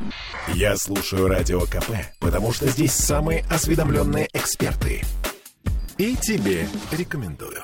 Я слушаю Радио КП, потому что здесь самые осведомленные эксперты. И тебе рекомендую.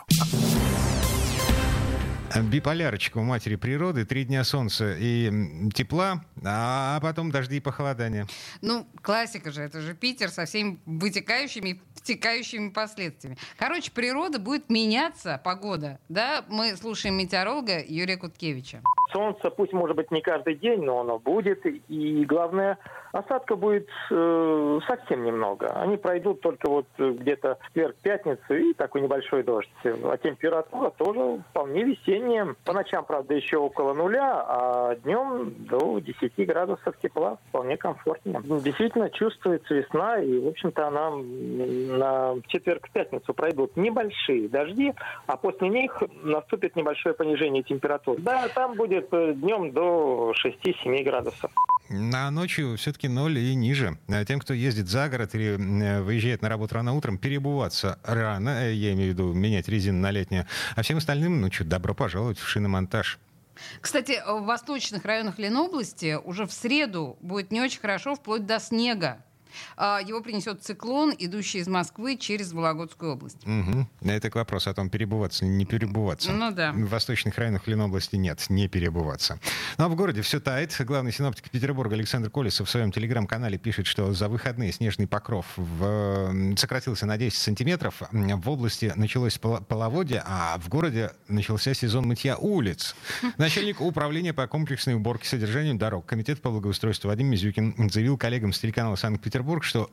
Биполярочка у матери природы. 3 дня солнца и тепла, а потом дожди и похолодания. Ну, классика же. Это же Питер со всеми вытекающими, втекающими последствиями. Короче, природа будет меняться, погода. Да, мы слушаем метеоролога Юрия Куткевича. Солнце, пусть, может быть, не каждый день, но оно будет. И, главное, осадка будет совсем немного. Они пройдут только вот где-то в четверг-пятницу и такой небольшой дождь. А температура тоже вполне весенняя. По ночам, правда, еще около нуля, а днем до 10 градусов тепла. Вполне комфортно. Действительно чувствуется весна, и, в общем-то, она на четверг-пятницу пройдут небольшие дожди, а после них наступит небольшое понижение температуры. Да, там будет днем до 6-7 градусов. А ночью все-таки 0 и ниже. Тем, кто ездит за город или выезжает на работу рано утром, переобуваться рано, я имею в виду менять резину на летнюю, а всем остальным, добро пожаловать в шиномонтаж. Кстати, в восточных районах Ленобласти уже в среду будет не очень хорошо, вплоть до снега. Его принесет циклон, идущий из Москвы через Вологодскую область. Угу. Это к вопросу о том, перебываться или не перебываться. Ну да. В восточных районах Ленобласти нет, не перебываться. Ну а в городе все тает. Главный синоптик Петербурга Александр Колесов в своем телеграм-канале пишет, что за выходные снежный покров сократился на 10 сантиметров. В области началось половодье, а в городе начался сезон мытья улиц. Начальник управления по комплексной уборке и содержанию дорог Комитета по благоустройству Вадим Мизюкин заявил коллегам с телеканала Санкт-Петербург, что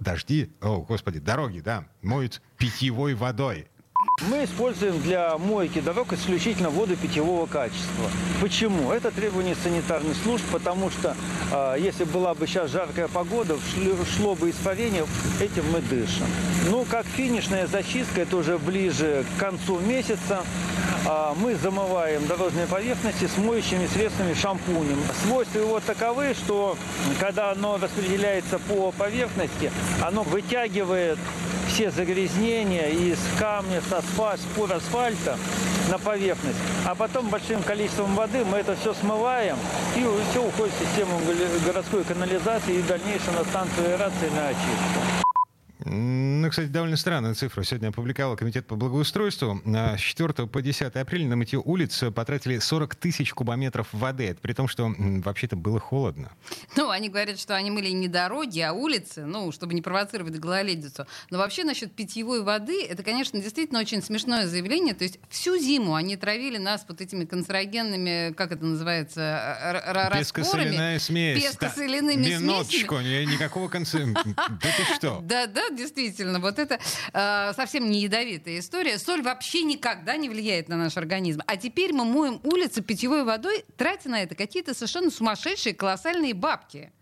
дороги, моют питьевой водой. Мы используем для мойки дорог исключительно воду питьевого качества. Почему? Это требование санитарных служб, потому что если была бы сейчас жаркая погода, шло бы испарение, этим мы дышим. Ну, как финишная зачистка, это уже ближе к концу месяца. Мы замываем дорожные поверхности с моющими средствами шампунем. Свойства его таковы, что когда оно распределяется по поверхности, оно вытягивает все загрязнения из камня, спор асфальта на поверхность. А потом большим количеством воды мы это все смываем, и все уходит в систему городской канализации и в дальнейшем на станцию аэрации на очистку. Ну, кстати, довольно странную цифру сегодня опубликовал Комитет по благоустройству. С 4 по 10 апреля на мытье улиц потратили 40 тысяч кубометров воды. Это при том, что вообще-то было холодно. Ну, они говорят, что они мыли не дороги, а улицы, чтобы не провоцировать гололедицу. Но вообще насчет питьевой воды, это, конечно, действительно очень смешное заявление. То есть всю зиму они травили нас вот этими канцерогенными, как это называется, растворами. Пескосоляная смесь. Пескосоляными смесями. Минуточку, никакого Да ты что? Да, действительно, вот это совсем не ядовитая история. Соль вообще никогда не влияет на наш организм. А теперь мы моем улицы питьевой водой, тратя на это какие-то совершенно сумасшедшие, колоссальные бабки.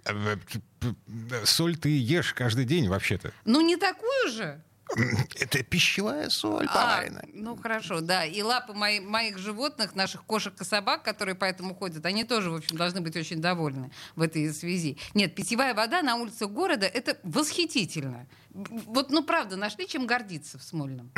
Соль ты ешь каждый день, вообще-то. Ну, не такую же. Это пищевая соль поваренная. Ну, хорошо, да. И лапы моих животных, наших кошек и собак, которые поэтому ходят, они тоже, в общем, должны быть очень довольны в этой связи. Нет, питьевая вода на улицах города — это восхитительно. Вот, правда, нашли чем гордиться в Смольном.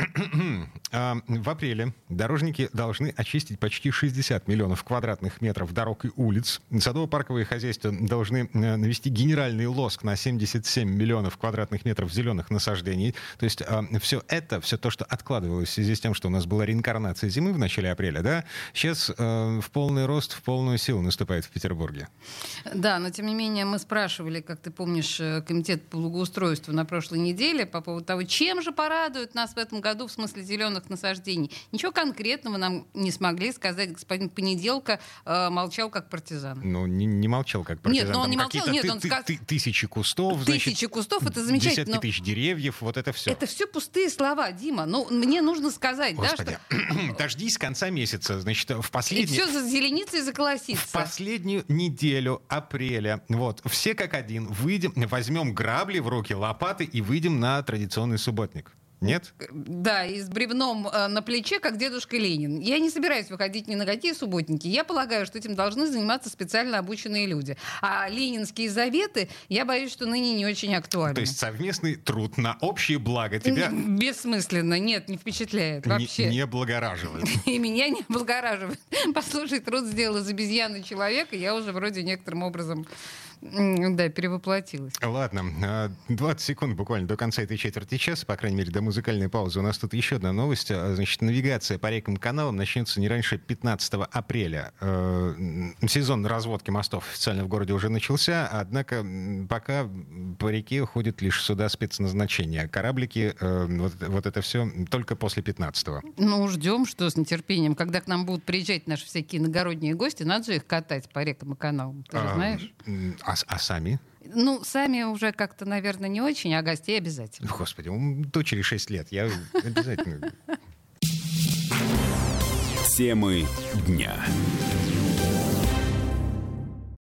В апреле дорожники должны очистить почти 60 миллионов квадратных метров дорог и улиц. Садово-парковые хозяйства должны навести генеральный лоск на 77 миллионов квадратных метров зеленых насаждений. То есть все то, что откладывалось в связи с тем, что у нас была реинкарнация зимы в начале апреля, да, сейчас в полный рост, в полную силу наступает в Петербурге. Да, но тем не менее мы спрашивали, как ты помнишь, Комитет по благоустройству на прошлой неделе по поводу того, чем же порадует нас в этом году в смысле зеленых насаждений. Ничего конкретного нам не смогли сказать. Господин Понеделка молчал как партизан. Ну, не молчал как партизан. Нет, но он не молчал. Нет, он сказал... Тысячи кустов, Тысячи кустов, это замечательно. Десятки тысяч деревьев, вот это все. Это все пустые слова, Дима. Мне нужно сказать, Господи. Да, что... Дождись с конца месяца. Значит, в последний... И все зазеленится и заколосится. В последнюю неделю апреля, все как один, выйдем, возьмем грабли в руки, лопаты и выйдем на традиционный субботник. Нет? Да, и с бревном на плече, как дедушка Ленин. Я не собираюсь выходить ни на какие субботники. Я полагаю, что этим должны заниматься специально обученные люди. А ленинские заветы, я боюсь, что ныне не очень актуальны. То есть совместный труд на общее благо тебя... Бессмысленно. Нет, не впечатляет вообще. Не благораживает. И меня не облагораживает. Послушай, труд сделал из обезьяны человека, я уже вроде некоторым образом Да, перевоплотилась. Ладно, 20 секунд буквально до конца этой четверти часа, по крайней мере, до музыкальной паузы. У нас тут еще одна новость. Значит, навигация по рекам и каналам начнется не раньше 15 апреля. Сезон разводки мостов официально в городе уже начался, однако пока по реке ходят лишь суда спецназначения. Кораблики, вот это все только после 15-го. Ну, ждем, что с нетерпением. Когда к нам будут приезжать наши всякие иногородние гости, надо же их катать по рекам и каналам. Ты же знаешь? А сами? Ну, сами уже как-то, наверное, не очень, а гостей обязательно. Господи, у дочери 6 лет. Я обязательно... Темы дня.